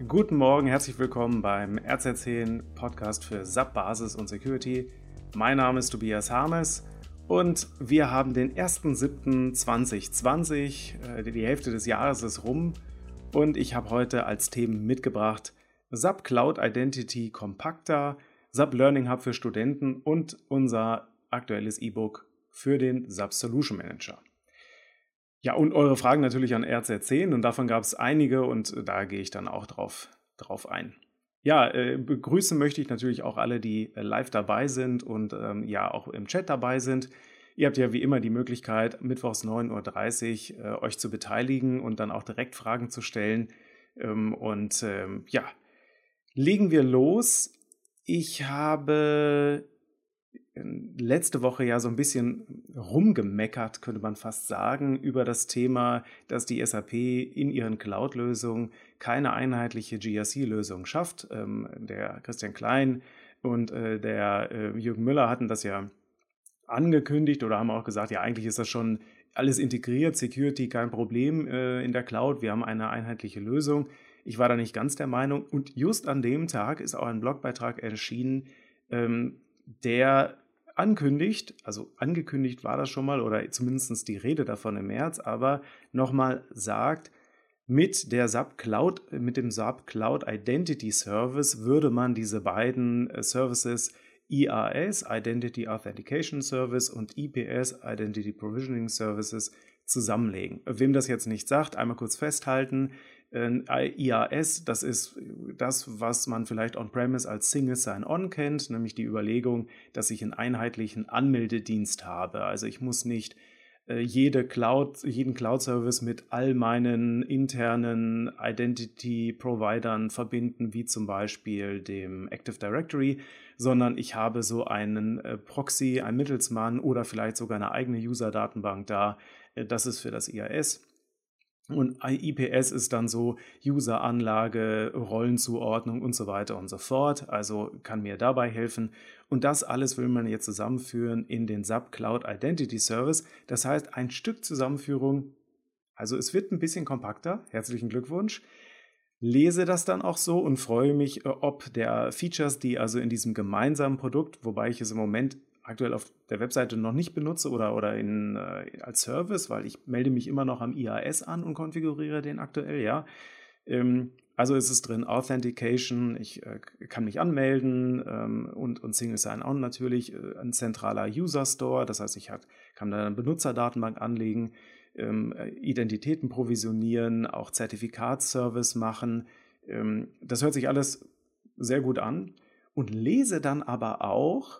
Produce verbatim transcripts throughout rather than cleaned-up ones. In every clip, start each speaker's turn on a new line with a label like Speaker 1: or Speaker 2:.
Speaker 1: Guten Morgen, herzlich willkommen beim R Z zehn Podcast für S A P Basis und Security. Mein Name ist Tobias Harmes und wir haben den ersten siebten zweitausendzwanzig, die Hälfte des Jahres ist rum und ich habe heute als Themen mitgebracht S A P Cloud Identity kompakter, S A P Learning Hub für Studenten und unser aktuelles E-Book für den S A P Solution Manager. Ja, und eure Fragen natürlich an R Z zehn und davon gab es einige und da gehe ich dann auch drauf, drauf ein. Ja, äh, begrüßen möchte ich natürlich auch alle, die äh, live dabei sind und ähm, ja auch im Chat dabei sind. Ihr habt ja wie immer die Möglichkeit, mittwochs neun Uhr dreißig äh, euch zu beteiligen und dann auch direkt Fragen zu stellen. Ähm, und ähm, ja, legen wir los. Ich habe letzte Woche ja so ein bisschen rumgemeckert, könnte man fast sagen, über das Thema, dass die S A P in ihren Cloud-Lösungen keine einheitliche G R C-Lösung schafft. Ähm, der Christian Klein und äh, der äh, Jürgen Müller hatten das ja angekündigt oder haben auch gesagt, ja, eigentlich ist das schon alles integriert, Security kein Problem äh, in der Cloud, wir haben eine einheitliche Lösung. Ich war da nicht ganz der Meinung und just an dem Tag ist auch ein Blogbeitrag erschienen, ähm, der ankündigt, also angekündigt war das schon mal oder zumindest die Rede davon im März, aber nochmal sagt, mit der S A P Cloud, mit dem S A P Cloud Identity Service würde man diese beiden Services I A S, Identity Authentication Service und I P S, Identity Provisioning Services zusammenlegen. Wem das jetzt nicht sagt, einmal kurz festhalten. I A S, das ist das, was man vielleicht on-premise als Single Sign-On kennt, nämlich die Überlegung, dass ich einen einheitlichen Anmeldedienst habe. Also ich muss nicht äh, jede Cloud, jeden Cloud-Service mit all meinen internen Identity-Providern verbinden, wie zum Beispiel dem Active Directory, sondern ich habe so einen äh, Proxy, einen Mittelsmann oder vielleicht sogar eine eigene User-Datenbank da. Äh, das ist für das I A S. Und I P S ist dann so User-Anlage, Rollenzuordnung und so weiter und so fort. Also kann mir dabei helfen. Und das alles will man jetzt zusammenführen in den S A P Cloud Identity Service. Das heißt, ein Stück Zusammenführung. Also es wird ein bisschen kompakter. Herzlichen Glückwunsch. Lese das dann auch so und freue mich, ob der Features, die also in diesem gemeinsamen Produkt, wobei ich es im Moment aktuell auf der Webseite noch nicht benutze oder, oder in, äh, als Service, weil ich melde mich immer noch am I A S an und konfiguriere den aktuell, ja. Ähm, also ist es drin Authentication, ich äh, kann mich anmelden ähm, und, und Single Sign-On natürlich, äh, ein zentraler User Store, das heißt, ich hat, kann da eine Benutzerdatenbank anlegen, ähm, Identitäten provisionieren, auch Zertifikatsservice machen. Ähm, das hört sich alles sehr gut an und lese dann aber auch,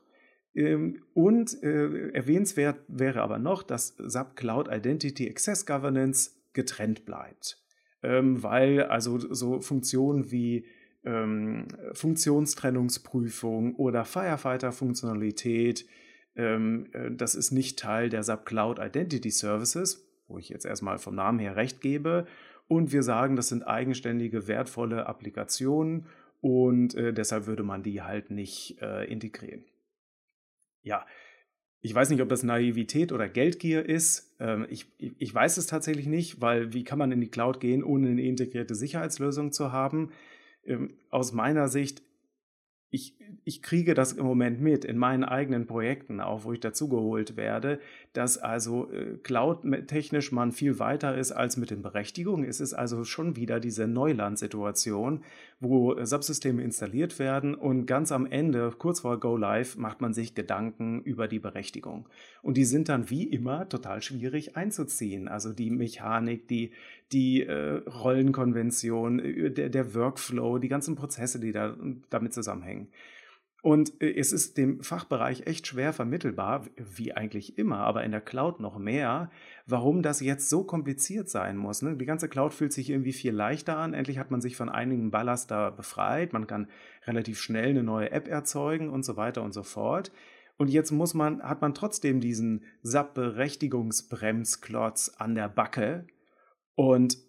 Speaker 1: und äh, erwähnenswert wäre aber noch, dass S A P Cloud Identity Access Governance getrennt bleibt. Ähm, weil also so Funktionen wie ähm, Funktionstrennungsprüfung oder Firefighter-Funktionalität, ähm, das ist nicht Teil der S A P Cloud Identity Services, wo ich jetzt erstmal vom Namen her recht gebe. Und wir sagen, das sind eigenständige, wertvolle Applikationen und äh, deshalb würde man die halt nicht äh, integrieren. Ja, ich weiß nicht, ob das Naivität oder Geldgier ist. Ähm, ich, ich weiß es tatsächlich nicht, weil wie kann man in die Cloud gehen, ohne eine integrierte Sicherheitslösung zu haben? Ähm, aus meiner Sicht, ich, ich kriege das im Moment mit in meinen eigenen Projekten, auch wo ich dazugeholt werde, dass also äh, Cloud-technisch man viel weiter ist als mit den Berechtigungen. Es ist also schon wieder diese Neuland-Situation, wo äh, Subsysteme installiert werden und ganz am Ende, kurz vor Go Live, macht man sich Gedanken über die Berechtigung. Und die sind dann wie immer total schwierig einzuziehen. Also die Mechanik, die, die äh, Rollenkonvention, äh, der, der Workflow, die ganzen Prozesse, die da damit zusammenhängen. Und es ist dem Fachbereich echt schwer vermittelbar, wie eigentlich immer, aber in der Cloud noch mehr, warum das jetzt so kompliziert sein muss. Ne? Die ganze Cloud fühlt sich irgendwie viel leichter an. Endlich hat man sich von einigen Ballast da befreit. Man kann relativ schnell eine neue App erzeugen und so weiter und so fort. Und jetzt muss man, hat man trotzdem diesen S A P-Berechtigungsbremsklotz an der Backe und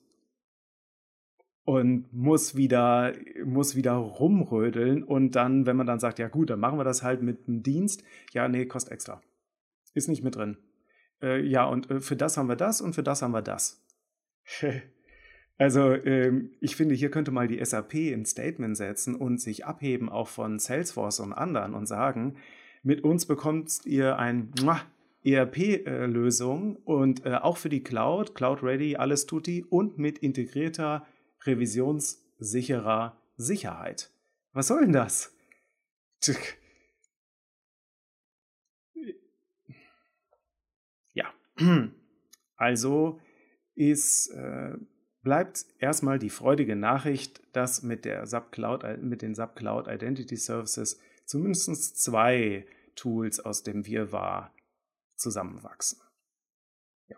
Speaker 1: und muss wieder, muss wieder rumrödeln und dann, wenn man dann sagt, ja gut, dann machen wir das halt mit einem Dienst, ja, nee, kostet extra. Ist nicht mit drin. Äh, ja, und äh, für das haben wir das und für das haben wir das. Also ähm, ich finde, hier könnte mal die S A P ein Statement setzen und sich abheben auch von Salesforce und anderen und sagen, mit uns bekommt ihr ein E R P-Lösung und äh, auch für die Cloud, Cloud Ready, alles tutti und mit integrierter, revisionssicherer Sicherheit. Was soll denn das? Ja, also ist, äh, bleibt erstmal die freudige Nachricht, dass mit, der S A P Cloud, mit den S A P Cloud Identity Services zumindest zwei Tools aus dem Wirrwarr zusammenwachsen. Ja.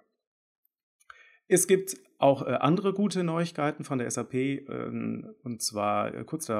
Speaker 1: Es gibt auch äh, andere gute Neuigkeiten von der S A P, äh, und zwar äh, kurz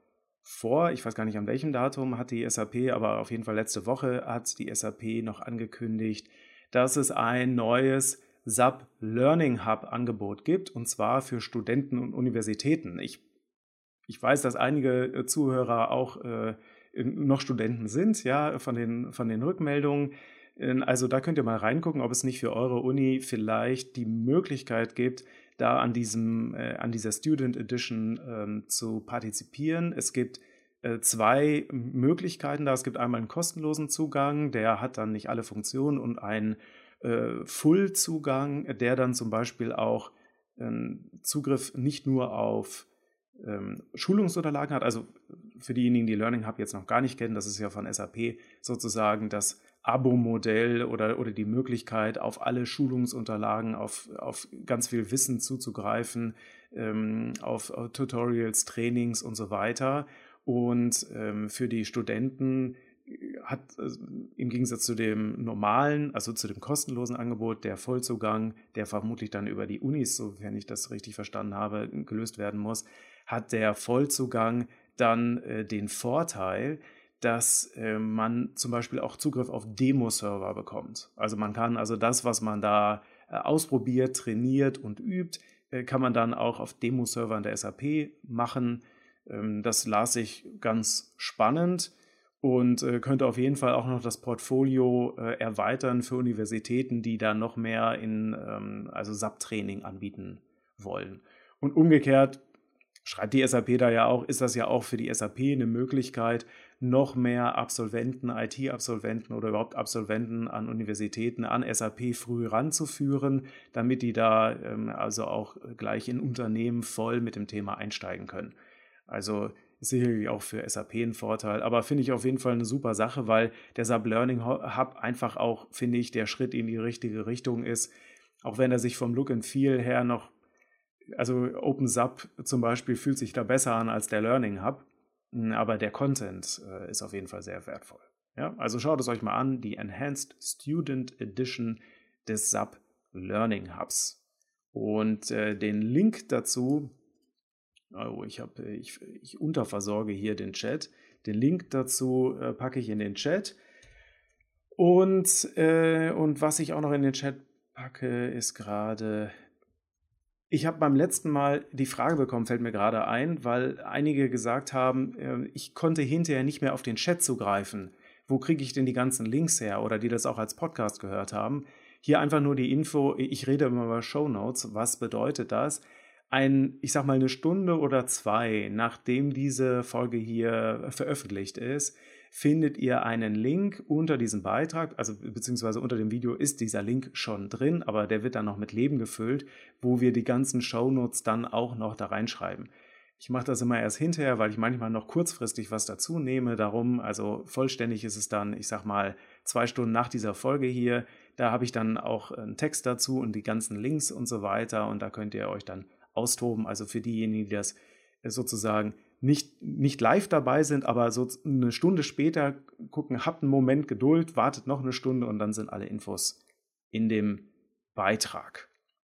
Speaker 1: davor, ich weiß gar nicht an welchem Datum, hat die S A P, aber auf jeden Fall letzte Woche hat die S A P noch angekündigt, dass es ein neues S A P Learning Hub Angebot gibt, und zwar für Studenten und Universitäten. Ich, ich weiß, dass einige Zuhörer auch äh, noch Studenten sind, ja, von den, von den Rückmeldungen. Also da könnt ihr mal reingucken, ob es nicht für eure Uni vielleicht die Möglichkeit gibt, da an, diesem, äh, an dieser Student Edition ähm, zu partizipieren. Es gibt äh, zwei Möglichkeiten da. Es gibt einmal einen kostenlosen Zugang, der hat dann nicht alle Funktionen, und einen äh, Full-Zugang, der dann zum Beispiel auch äh, Zugriff nicht nur auf ähm, Schulungsunterlagen hat. Also für diejenigen, die Learning Hub jetzt noch gar nicht kennen, das ist ja von S A P sozusagen das Abo-Modell oder, oder die Möglichkeit, auf alle Schulungsunterlagen, auf, auf ganz viel Wissen zuzugreifen, ähm, auf, auf Tutorials, Trainings und so weiter. Und ähm, für die Studenten hat äh, im Gegensatz zu dem normalen, also zu dem kostenlosen Angebot, der Vollzugang, der vermutlich dann über die Unis, sofern ich das richtig verstanden habe, gelöst werden muss, hat der Vollzugang dann äh, den Vorteil, dass äh, man zum Beispiel auch Zugriff auf Demo-Server bekommt. Also man kann also das, was man da äh, ausprobiert, trainiert und übt, äh, kann man dann auch auf Demo-Servern der S A P machen. Ähm, das las ich ganz spannend und äh, könnte auf jeden Fall auch noch das Portfolio äh, erweitern für Universitäten, die da noch mehr in ähm, also S A P-Training anbieten wollen. Und umgekehrt schreibt die S A P da ja auch, ist das ja auch für die S A P eine Möglichkeit, noch mehr Absolventen, I T-Absolventen oder überhaupt Absolventen an Universitäten an S A P früh ranzuführen, damit die da ähm, also auch gleich in Unternehmen voll mit dem Thema einsteigen können. Also ist sicherlich auch für S A P ein Vorteil, aber finde ich auf jeden Fall eine super Sache, weil der S A P Learning Hub einfach auch, finde ich, der Schritt in die richtige Richtung ist, auch wenn er sich vom Look and Feel her noch, also OpenSAP zum Beispiel fühlt sich da besser an als der Learning Hub, aber der Content äh, ist auf jeden Fall sehr wertvoll. Ja? Also schaut es euch mal an, die Enhanced Student Edition des S A P Learning Hubs. Und äh, den Link dazu, oh, ich, hab, ich, ich unterversorge hier den Chat, den Link dazu äh, packe ich in den Chat. Und, äh, und was ich auch noch in den Chat packe, ist gerade... Ich habe beim letzten Mal die Frage bekommen, fällt mir gerade ein, weil einige gesagt haben, ich konnte hinterher nicht mehr auf den Chat zugreifen. Wo kriege ich denn die ganzen Links her? Oder die das auch als Podcast gehört haben. Hier einfach nur die Info, ich rede immer über Shownotes. Was bedeutet das? Ein, ich sag mal eine Stunde oder zwei, nachdem diese Folge hier veröffentlicht ist, findet ihr einen Link unter diesem Beitrag, also beziehungsweise unter dem Video ist dieser Link schon drin, aber der wird dann noch mit Leben gefüllt, wo wir die ganzen Shownotes dann auch noch da reinschreiben. Ich mache das immer erst hinterher, weil ich manchmal noch kurzfristig was dazu nehme. Darum, also vollständig ist es dann, ich sag mal, zwei Stunden nach dieser Folge hier. Da habe ich dann auch einen Text dazu und die ganzen Links und so weiter. Und da könnt ihr euch dann austoben. Also für diejenigen, die das sozusagen nicht, nicht live dabei sind, aber so eine Stunde später gucken, habt einen Moment Geduld, wartet noch eine Stunde und dann sind alle Infos in dem Beitrag.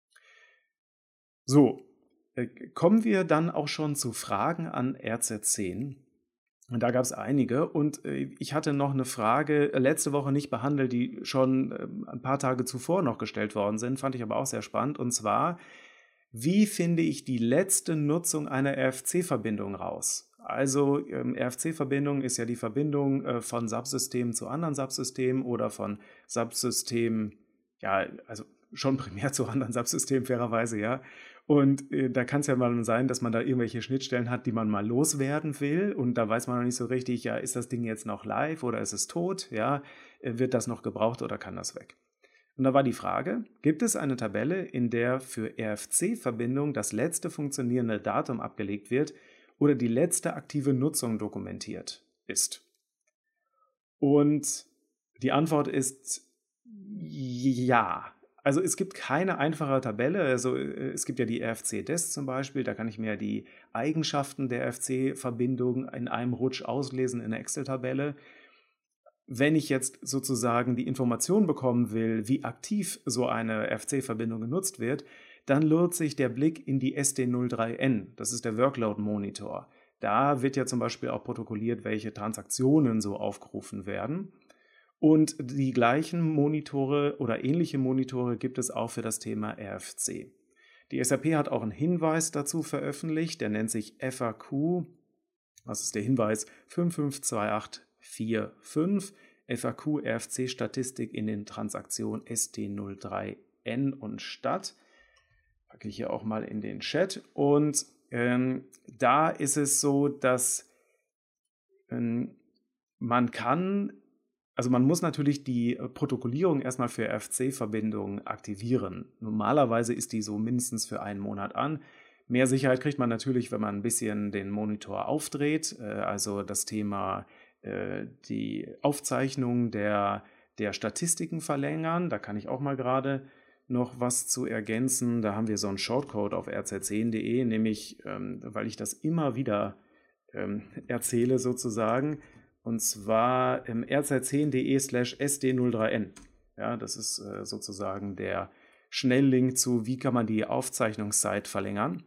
Speaker 1: So, äh, kommen wir dann auch schon zu Fragen an R Z zehn. Und da gab es einige und äh, ich hatte noch eine Frage äh, letzte Woche nicht behandelt, die schon äh, ein paar Tage zuvor noch gestellt worden sind, fand ich aber auch sehr spannend. Und zwar, wie finde ich die letzte Nutzung einer R F C-Verbindung raus? Also ähm, R F C-Verbindung ist ja die Verbindung äh, von Subsystemen zu anderen Subsystemen oder von Subsystemen, ja, also schon primär zu anderen Subsystemen fairerweise, ja. Und äh, da kann es ja mal sein, dass man da irgendwelche Schnittstellen hat, die man mal loswerden will. Und da weiß man noch nicht so richtig, ja, ist das Ding jetzt noch live oder ist es tot? Ja, äh, wird das noch gebraucht oder kann das weg? Und da war die Frage, gibt es eine Tabelle, in der für R F C-Verbindungen das letzte funktionierende Datum abgelegt wird oder die letzte aktive Nutzung dokumentiert ist? Und die Antwort ist ja. Also es gibt keine einfache Tabelle. Also es gibt ja die R F C-D E S zum Beispiel, da kann ich mir die Eigenschaften der R F C-Verbindung in einem Rutsch auslesen in einer Excel-Tabelle. Wenn ich jetzt sozusagen die Information bekommen will, wie aktiv so eine R F C-Verbindung genutzt wird, dann lohnt sich der Blick in die S D null drei N. Das ist der Workload Monitor. Da wird ja zum Beispiel auch protokolliert, welche Transaktionen so aufgerufen werden. Und die gleichen Monitore oder ähnliche Monitore gibt es auch für das Thema R F C. Die S A P hat auch einen Hinweis dazu veröffentlicht, der nennt sich F A Q, das ist der Hinweis fünf fünf zwei acht vier fünf, F A Q R F C-Statistik in den Transaktionen S D null drei N und Stat. Packe ich hier auch mal in den Chat. Und ähm, da ist es so, dass ähm, man kann, also man muss natürlich die Protokollierung erstmal für R F C-Verbindungen aktivieren. Normalerweise ist die so mindestens für einen Monat an. Mehr Sicherheit kriegt man natürlich, wenn man ein bisschen den Monitor aufdreht, äh, also das Thema äh, die Aufzeichnung der, der Statistiken verlängern. Da kann ich auch mal gerade noch was zu ergänzen. Da haben wir so einen Shortcode auf r z zehn punkt d e, nämlich, ähm, weil ich das immer wieder ähm, erzähle sozusagen, und zwar im r z zehn punkt d e slash s d null drei n. Ja, das ist äh, sozusagen der Schnelllink zu, wie kann man die Aufzeichnungszeit verlängern.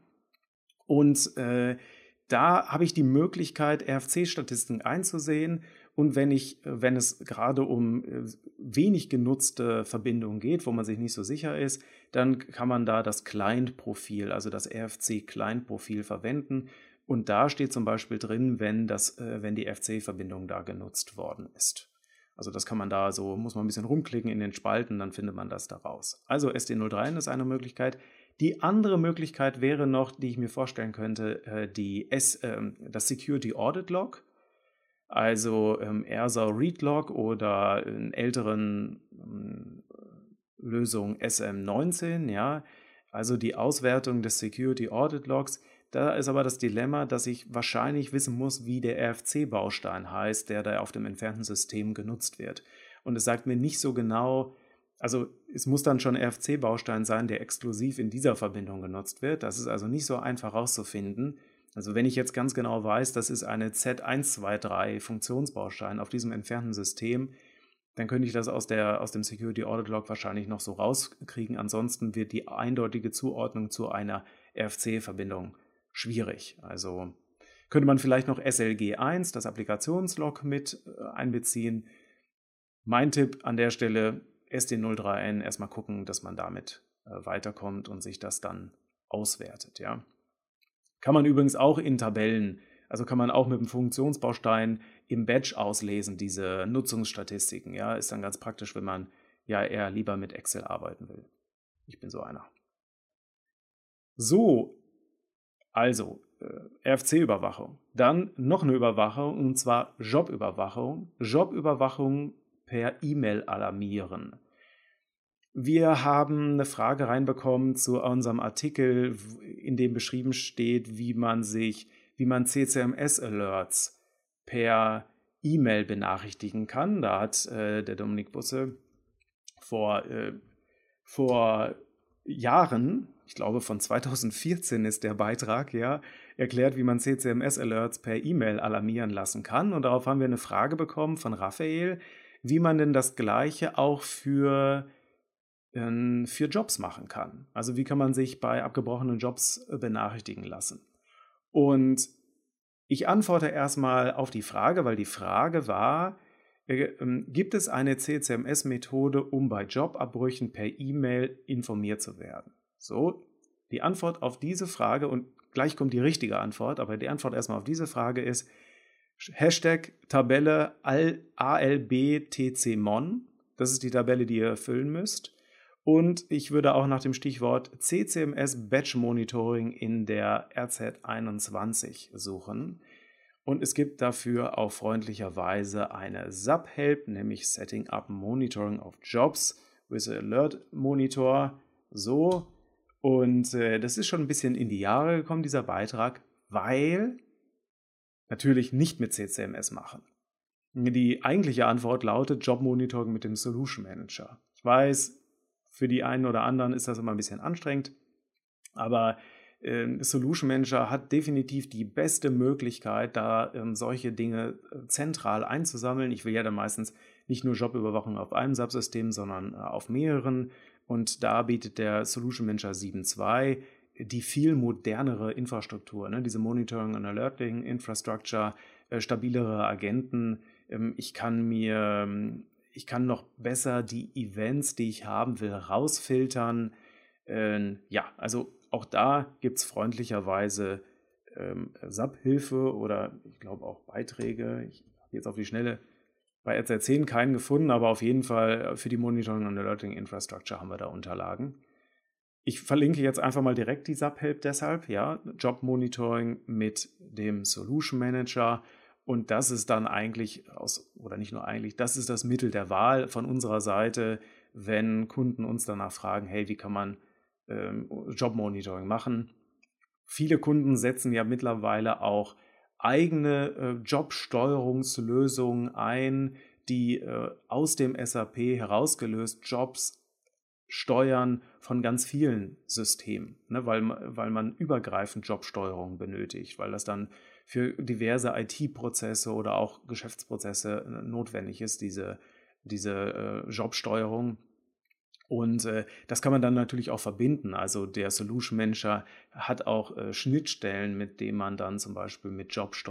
Speaker 1: Und äh, da habe ich die Möglichkeit, R F C-Statistiken einzusehen. Und wenn ich, wenn es gerade um wenig genutzte Verbindungen geht, wo man sich nicht so sicher ist, dann kann man da das Client-Profil, also das R F C-Client-Profil verwenden. Und da steht zum Beispiel drin, wenn, das, wenn die R F C-Verbindung da genutzt worden ist. Also das kann man da so, muss man ein bisschen rumklicken in den Spalten, dann findet man das da raus. Also S D null drei N ist eine Möglichkeit. Die andere Möglichkeit wäre noch, die ich mir vorstellen könnte, die S, äh, das Security Audit Log, also ähm, R S A Read Log oder in älteren ähm, Lösungen S M neunzehn, ja, also die Auswertung des Security Audit Logs. Da ist aber das Dilemma, dass ich wahrscheinlich wissen muss, wie der R F C-Baustein heißt, der da auf dem entfernten System genutzt wird. Und es sagt mir nicht so genau, also es muss dann schon R F C-Baustein sein, der exklusiv in dieser Verbindung genutzt wird. Das ist also nicht so einfach herauszufinden. Also wenn ich jetzt ganz genau weiß, das ist eine Z eins zwei drei Funktionsbaustein auf diesem entfernten System, dann könnte ich das aus, der, aus dem Security Audit Log wahrscheinlich noch so rauskriegen. Ansonsten wird die eindeutige Zuordnung zu einer R F C-Verbindung schwierig. Also könnte man vielleicht noch S L G eins, das Applikationslog, mit einbeziehen. Mein Tipp an der Stelle, S D null drei N, erstmal gucken, dass man damit weiterkommt und sich das dann auswertet. Ja. Kann man übrigens auch in Tabellen, also kann man auch mit dem Funktionsbaustein im Batch auslesen, diese Nutzungsstatistiken. Ja, ist dann ganz praktisch, wenn man ja eher lieber mit Excel arbeiten will. Ich bin so einer. So, also äh, R F C-Überwachung. Dann noch eine Überwachung, und zwar Jobüberwachung. Jobüberwachung per E-Mail alarmieren. Wir haben eine Frage reinbekommen zu unserem Artikel, in dem beschrieben steht, wie man sich, wie man C C M S-Alerts per E-Mail benachrichtigen kann. Da hat äh, der Dominik Busse vor, äh, vor Jahren, ich glaube von zweitausendvierzehn ist der Beitrag, ja, erklärt, wie man C C M S-Alerts per E-Mail alarmieren lassen kann. Und darauf haben wir eine Frage bekommen von Raphael, wie man denn das Gleiche auch für, äh, für Jobs machen kann. Also wie kann man sich bei abgebrochenen Jobs benachrichtigen lassen. Und ich antworte erstmal auf die Frage, weil die Frage war, äh, gibt es eine C C M S-Methode, um bei Jobabbrüchen per E-Mail informiert zu werden? So, die Antwort auf diese Frage, und gleich kommt die richtige Antwort, aber die Antwort erstmal auf diese Frage ist Hashtag Tabelle A L B T C Mon. Das ist die Tabelle, die ihr füllen müsst. Und ich würde auch nach dem Stichwort C C M S Batch Monitoring in der R Z einundzwanzig suchen. Und es gibt dafür auch freundlicherweise eine S A P-Help, nämlich Setting Up Monitoring of Jobs with Alert Monitor. So, und äh, das ist schon ein bisschen in die Jahre gekommen, dieser Beitrag, weil natürlich nicht mit C C M S machen. Die eigentliche Antwort lautet Jobmonitoring mit dem Solution Manager. Ich weiß, für die einen oder anderen ist das immer ein bisschen anstrengend, aber äh, Solution Manager hat definitiv die beste Möglichkeit, da ähm, solche Dinge äh, zentral einzusammeln. Ich will ja dann meistens nicht nur Jobüberwachung auf einem Subsystem, sondern äh, auf mehreren. Und da bietet der Solution Manager sieben Punkt zwei die viel modernere Infrastruktur, ne? Diese Monitoring und Alerting Infrastructure, äh, stabilere Agenten. Ähm, ich kann mir, ich kann noch besser die Events, die ich haben will, rausfiltern. Ähm, ja, also auch da gibt es freundlicherweise ähm, S A P-Hilfe oder ich glaube auch Beiträge. Ich habe jetzt auf die Schnelle bei R Z zehn keinen gefunden, aber auf jeden Fall für die Monitoring und Alerting Infrastructure haben wir da Unterlagen. Ich verlinke jetzt einfach mal direkt die S A P-Help deshalb, ja, Jobmonitoring mit dem Solution Manager, und das ist dann eigentlich, aus, oder nicht nur eigentlich, das ist das Mittel der Wahl von unserer Seite, wenn Kunden uns danach fragen, hey, wie kann man ähm, Jobmonitoring machen? Viele Kunden setzen ja mittlerweile auch eigene äh, Jobsteuerungslösungen ein, die äh, aus dem S A P herausgelöst Jobs steuern von ganz vielen Systemen, ne, weil, weil man übergreifend Jobsteuerung benötigt, weil das dann für diverse I T-Prozesse oder auch Geschäftsprozesse notwendig ist, diese, diese äh, Jobsteuerung. Und äh, das kann man dann natürlich auch verbinden. Also der Solution Manager hat auch äh, Schnittstellen, mit denen man dann zum Beispiel mit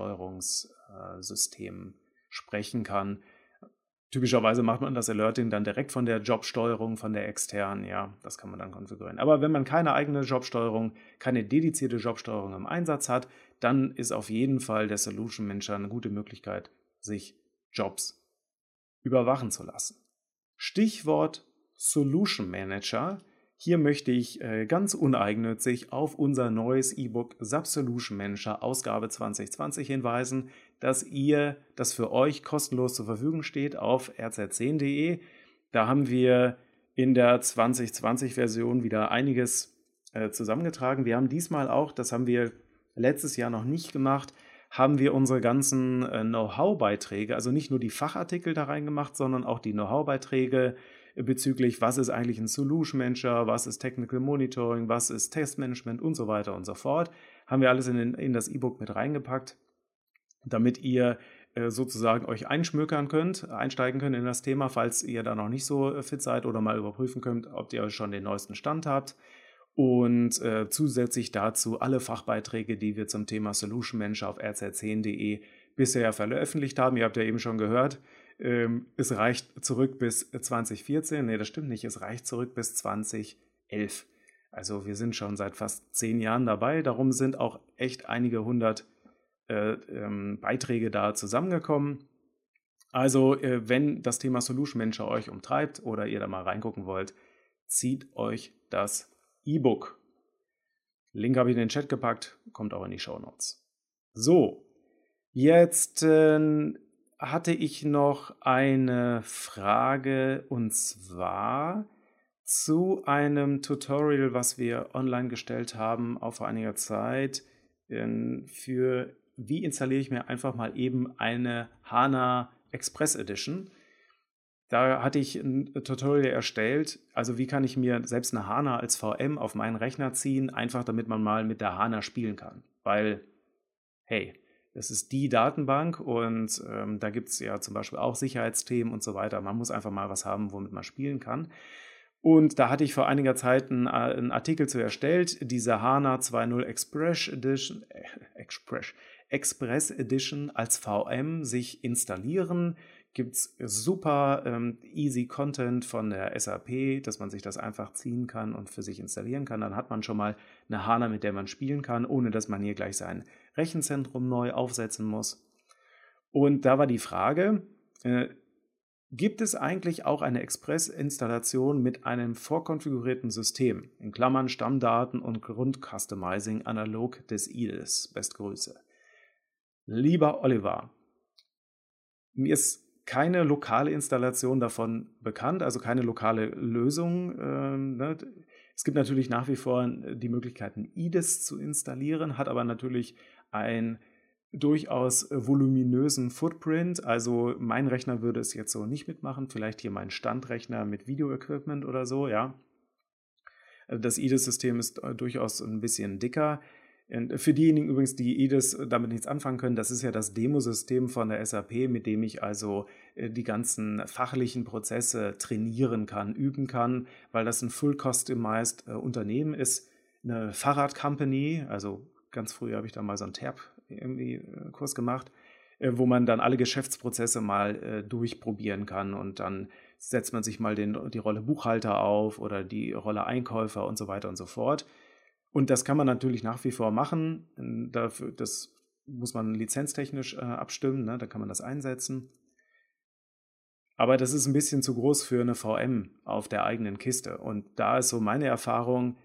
Speaker 1: Jobsteuerungssystemen äh, sprechen kann. Typischerweise macht man das Alerting dann direkt von der Jobsteuerung, von der externen, ja, das kann man dann konfigurieren. Aber wenn man keine eigene Jobsteuerung, keine dedizierte Jobsteuerung im Einsatz hat, dann ist auf jeden Fall der Solution Manager eine gute Möglichkeit, sich Jobs überwachen zu lassen. Stichwort Solution Manager. Hier möchte ich äh, ganz uneigennützig auf unser neues E-Book S A P Solution Manager Ausgabe zwanzig zwanzig hinweisen, dass ihr das für euch kostenlos zur Verfügung steht auf R Z zehn punkt de. Da haben wir in der zwanzig zwanzig Version wieder einiges äh, zusammengetragen. Wir haben diesmal auch, das haben wir letztes Jahr noch nicht gemacht, haben wir unsere ganzen äh, Know-how-Beiträge, also nicht nur die Fachartikel da reingemacht, sondern auch die Know-how-Beiträge bezüglich, was ist eigentlich ein Solution Manager, was ist Technical Monitoring, was ist Testmanagement und so weiter und so fort. Haben wir alles in, den, in das E-Book mit reingepackt, damit ihr äh, sozusagen euch einschmökern könnt, einsteigen könnt in das Thema, falls ihr da noch nicht so fit seid oder mal überprüfen könnt, ob ihr schon den neuesten Stand habt. Und äh, zusätzlich dazu alle Fachbeiträge, die wir zum Thema Solution Manager auf R Z zehn punkt de bisher veröffentlicht haben. Ihr habt ja eben schon gehört, ähm, es reicht zurück bis zwanzig vierzehn. Nee, das stimmt nicht. Es reicht zurück bis zwanzig elf. Also wir sind schon seit fast zehn Jahren dabei. Darum sind auch echt einige hundert äh, ähm, Beiträge da zusammengekommen. Also äh, wenn das Thema Solution Manager euch umtreibt oder ihr da mal reingucken wollt, zieht euch das E-Book. Link habe ich in den Chat gepackt, kommt auch in die Shownotes. So, jetzt äh, hatte ich noch eine Frage, und zwar zu einem Tutorial, was wir online gestellt haben auch vor einiger Zeit, äh, für wie installiere ich mir einfach mal eben eine HANA Express Edition. Da hatte ich ein Tutorial erstellt, also wie kann ich mir selbst eine HANA als V M auf meinen Rechner ziehen, einfach damit man mal mit der HANA spielen kann. Weil, hey, das ist die Datenbank und ähm, da gibt es ja zum Beispiel auch Sicherheitsthemen und so weiter. Man muss einfach mal was haben, womit man spielen kann. Und da hatte ich vor einiger Zeit einen, einen Artikel zu erstellt, diese HANA zwei Punkt null Express Edition, äh, Express, Express Edition als V M sich installieren. Gibt es super ähm, easy Content von der S A P, dass man sich das einfach ziehen kann und für sich installieren kann. Dann hat man schon mal eine HANA, mit der man spielen kann, ohne dass man hier gleich sein Rechenzentrum neu aufsetzen muss. Und da war die Frage, äh, gibt es eigentlich auch eine Express-Installation mit einem vorkonfigurierten System, in Klammern Stammdaten und Grundcustomizing analog des I D E S. Beste Grüße. Lieber Oliver, mir ist keine lokale Installation davon bekannt, also keine lokale Lösung. Ähm, ne? Es gibt natürlich nach wie vor die Möglichkeit, ein I D E S zu installieren, hat aber natürlich ein durchaus voluminösen Footprint, also mein Rechner würde es jetzt so nicht mitmachen, vielleicht hier mein Standrechner mit Video-Equipment oder so, ja. Das I D E S-System ist durchaus ein bisschen dicker. Und für diejenigen übrigens, die I D E S damit nichts anfangen können, das ist ja das Demosystem von der S A P, mit dem ich also die ganzen fachlichen Prozesse trainieren kann, üben kann, weil das ein full-customized Unternehmen ist, eine Fahrrad-Company, also ganz früh habe ich da mal so einen Terp irgendwie Kurs gemacht, wo man dann alle Geschäftsprozesse mal äh, durchprobieren kann und dann setzt man sich mal den, die Rolle Buchhalter auf oder die Rolle Einkäufer und so weiter und so fort. Und das kann man natürlich nach wie vor machen. Dafür, das muss man lizenztechnisch äh, abstimmen, ne? Da kann man das einsetzen. Aber das ist ein bisschen zu groß für eine V M auf der eigenen Kiste. Und da ist so meine Erfahrung,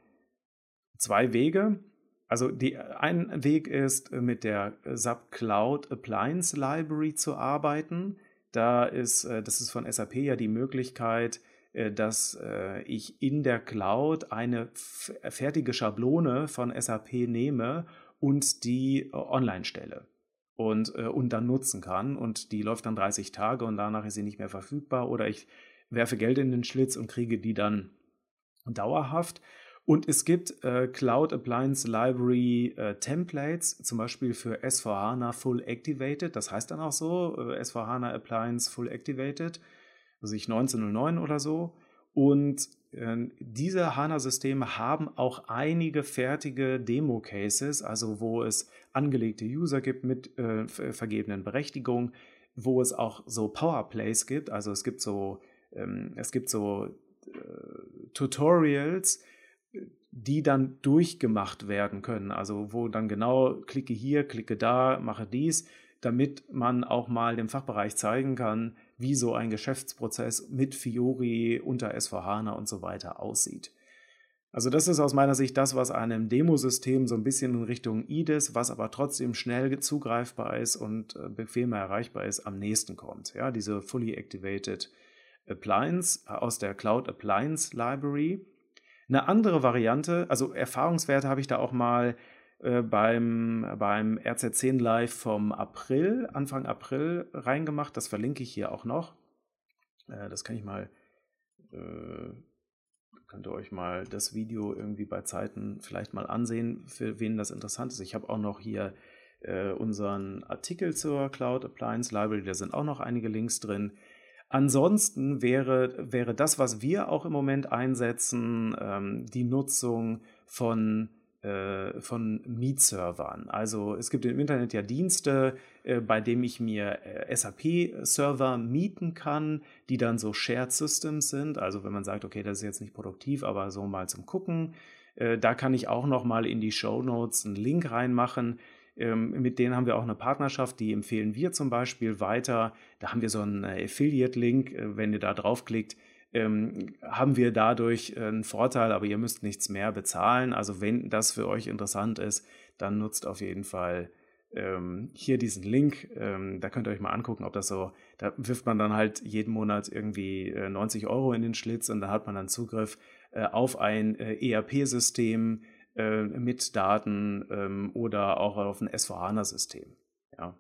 Speaker 1: zwei Wege. Also die, ein Weg ist, mit der S A P Cloud Appliance Library zu arbeiten. Da ist, das ist von S A P ja die Möglichkeit, dass ich in der Cloud eine fertige Schablone von S A P nehme und die online stelle und, und dann nutzen kann. Und die läuft dann dreißig Tage und danach ist sie nicht mehr verfügbar. Oder ich werfe Geld in den Schlitz und kriege die dann dauerhaft. Und es gibt äh, Cloud Appliance Library äh, Templates, zum Beispiel für S vier HANA Full Activated, das heißt dann auch so, äh, S vier HANA Appliance Full Activated, also ich neunzehnhundertneun oder so. Und äh, diese HANA-Systeme haben auch einige fertige Demo-Cases, also wo es angelegte User gibt mit äh, vergebenen Berechtigungen, wo es auch so Powerplays gibt, also es gibt so, ähm, es gibt so äh, Tutorials, die dann durchgemacht werden können. Also wo dann genau klicke hier, klicke da, mache dies, damit man auch mal dem Fachbereich zeigen kann, wie so ein Geschäftsprozess mit Fiori unter S vier HANA und so weiter aussieht. Also das ist aus meiner Sicht das, was einem Demosystem so ein bisschen in Richtung I D E S, was aber trotzdem schnell zugreifbar ist und bequemer erreichbar ist, am nächsten kommt. Ja, diese Fully Activated Appliance aus der Cloud Appliance Library. Eine andere Variante, also Erfahrungswerte habe ich da auch mal äh, beim, beim R Z zehn Live vom April, Anfang April reingemacht. Das verlinke ich hier auch noch. Äh, das kann ich mal, äh, könnt ihr euch mal das Video irgendwie bei Zeiten vielleicht mal ansehen, für wen das interessant ist. Ich habe auch noch hier äh, unseren Artikel zur Cloud Appliance Library, da sind auch noch einige Links drin. Ansonsten wäre, wäre das, was wir auch im Moment einsetzen, ähm, die Nutzung von, äh, von Mietservern. Also es gibt im Internet ja Dienste, äh, bei denen ich mir äh, S A P-Server mieten kann, die dann so Shared Systems sind. Also wenn man sagt, okay, das ist jetzt nicht produktiv, aber so mal zum Gucken. Äh, da kann ich auch noch mal in die Shownotes einen Link reinmachen. Ähm, mit denen haben wir auch eine Partnerschaft, die empfehlen wir zum Beispiel weiter. Da haben wir so einen Affiliate-Link, äh, wenn ihr da draufklickt, ähm, haben wir dadurch äh, einen Vorteil, aber ihr müsst nichts mehr bezahlen. Also wenn das für euch interessant ist, dann nutzt auf jeden Fall ähm, hier diesen Link. Ähm, da könnt ihr euch mal angucken, ob das so, da wirft man dann halt jeden Monat irgendwie äh, neunzig Euro in den Schlitz und da hat man dann Zugriff äh, auf ein äh, E R P-System, mit Daten ähm, oder auch auf ein S vier HANA-System. Ja.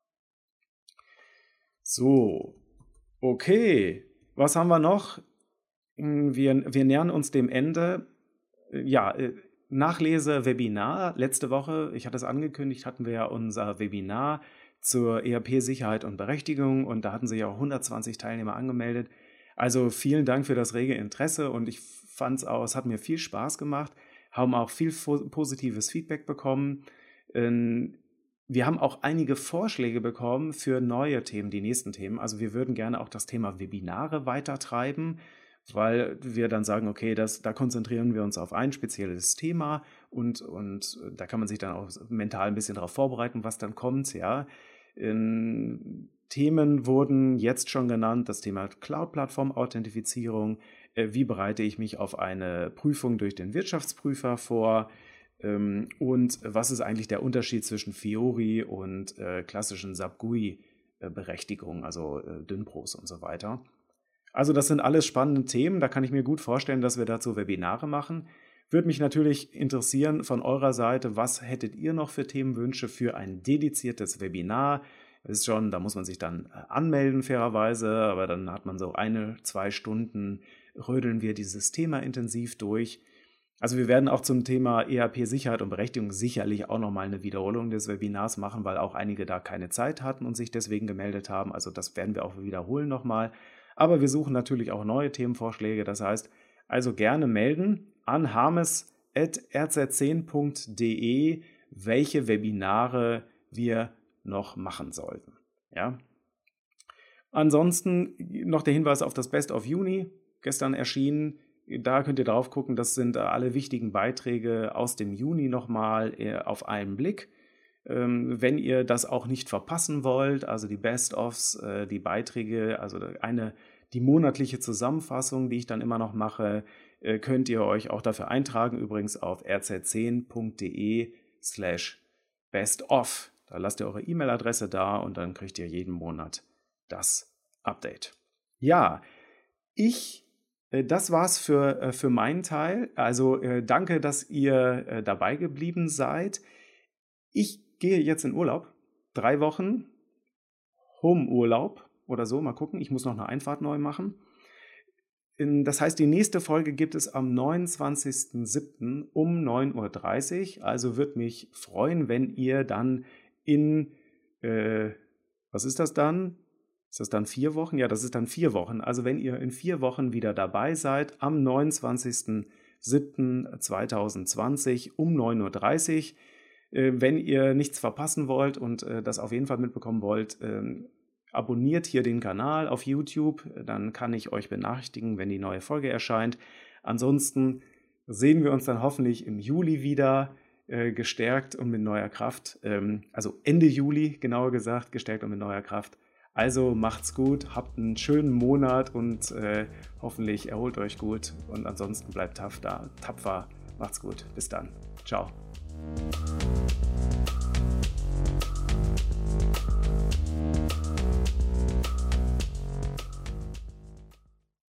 Speaker 1: So, okay. Was haben wir noch? Wir, wir nähern uns dem Ende. Ja, Nachlese Webinar. Letzte Woche, ich hatte es angekündigt, hatten wir ja unser Webinar zur E R P-Sicherheit und Berechtigung und da hatten sich auch hundertzwanzig Teilnehmer angemeldet. Also vielen Dank für das rege Interesse und ich fand es auch, es hat mir viel Spaß gemacht. Haben auch viel positives Feedback bekommen. Wir haben auch einige Vorschläge bekommen für neue Themen, die nächsten Themen. Also wir würden gerne auch das Thema Webinare weitertreiben, weil wir dann sagen, okay, das, da konzentrieren wir uns auf ein spezielles Thema und, und da kann man sich dann auch mental ein bisschen darauf vorbereiten, was dann kommt. Ja. Themen wurden jetzt schon genannt, das Thema Cloud-Plattform-Authentifizierung, äh, wie bereite ich mich auf eine Prüfung durch den Wirtschaftsprüfer vor ähm, und was ist eigentlich der Unterschied zwischen Fiori und äh, klassischen S A P G U I-Berechtigungen, also äh, Dynpros und so weiter. Also das sind alles spannende Themen, da kann ich mir gut vorstellen, dass wir dazu Webinare machen. Würde mich natürlich interessieren von eurer Seite, was hättet ihr noch für Themenwünsche für ein dediziertes Webinar? Das ist schon, da muss man sich dann anmelden fairerweise, aber dann hat man so eine, zwei Stunden, rödeln wir dieses Thema intensiv durch. Also wir werden auch zum Thema E R P-Sicherheit und Berechtigung sicherlich auch nochmal eine Wiederholung des Webinars machen, weil auch einige da keine Zeit hatten und sich deswegen gemeldet haben. Also das werden wir auch wiederholen nochmal. Aber wir suchen natürlich auch neue Themenvorschläge. Das heißt, also gerne melden an harmes at r z zehn punkt d e, welche Webinare wir noch machen sollten. Ja. Ansonsten noch der Hinweis auf das Best of Juni, gestern erschienen. Da könnt ihr drauf gucken, das sind alle wichtigen Beiträge aus dem Juni nochmal auf einen Blick. Wenn ihr das auch nicht verpassen wollt, also die Best-ofs, die Beiträge, also eine, die monatliche Zusammenfassung, die ich dann immer noch mache, könnt ihr euch auch dafür eintragen, übrigens auf r z zehn punkt d e slash bestof. Da lasst ihr eure E-Mail-Adresse da und dann kriegt ihr jeden Monat das Update. Ja, ich, das war's für, für meinen Teil. Also danke, dass ihr dabei geblieben seid. Ich gehe jetzt in Urlaub. Drei Wochen Home-Urlaub oder so. Mal gucken, ich muss noch eine Einfahrt neu machen. Das heißt, die nächste Folge gibt es am neunundzwanzigsten siebten um neun Uhr dreißig. Also würde mich freuen, wenn ihr dann in, äh, was ist das dann? Ist das dann vier Wochen? Ja, das ist dann vier Wochen. Also wenn ihr in vier Wochen wieder dabei seid, am neunundzwanzigsten siebten zweitausendzwanzig um neun Uhr dreißig. Äh, wenn ihr nichts verpassen wollt und äh, das auf jeden Fall mitbekommen wollt, äh, abonniert hier den Kanal auf YouTube, dann kann ich euch benachrichtigen, wenn die neue Folge erscheint. Ansonsten sehen wir uns dann hoffentlich im Juli wieder, äh, gestärkt und mit neuer Kraft. Ähm, also Ende Juli, genauer gesagt, gestärkt und mit neuer Kraft. Also macht's gut, habt einen schönen Monat und äh, hoffentlich erholt euch gut. Und ansonsten bleibt tapfer, tapfer. Macht's gut. Bis dann. Ciao.